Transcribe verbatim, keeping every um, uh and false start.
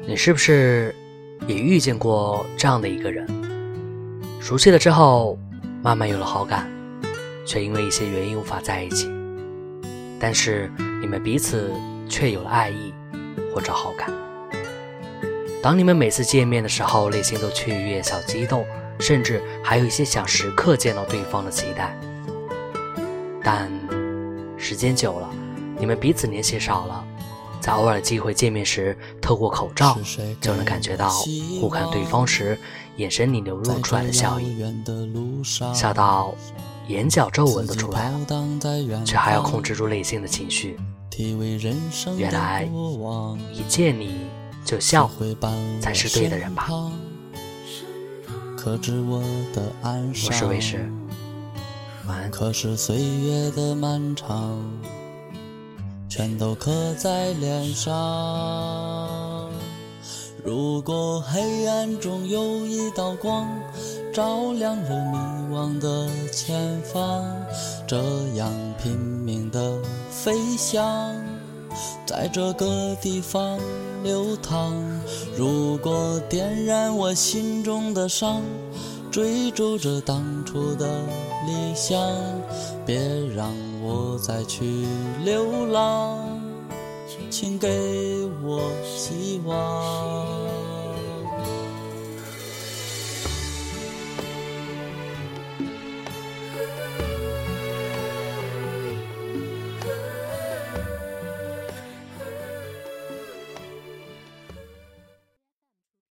你是不是也遇见过这样的一个人？熟悉了之后，慢慢有了好感，却因为一些原因无法在一起，但是你们彼此却有了爱意或者好感。当你们每次见面的时候，内心都雀跃、小激动，甚至还有一些想时刻见到对方的期待。但时间久了，你们彼此联系少了，在偶尔的机会见面时，透过口罩就能感觉到互看对方时眼神里流露出来的笑意，笑到眼角皱纹都出来了，却还要控制住内心的情绪。原来一见你就笑才是对的人吧。我是卫士，晚安。 可是岁月的漫长全都刻在脸上，如果黑暗中有一道光照亮着迷惘的前方，这样拼命地飞翔，在这个地方流淌。如果点燃我心中的伤，追逐着当初的理想，别让我再去流浪，请给我希望。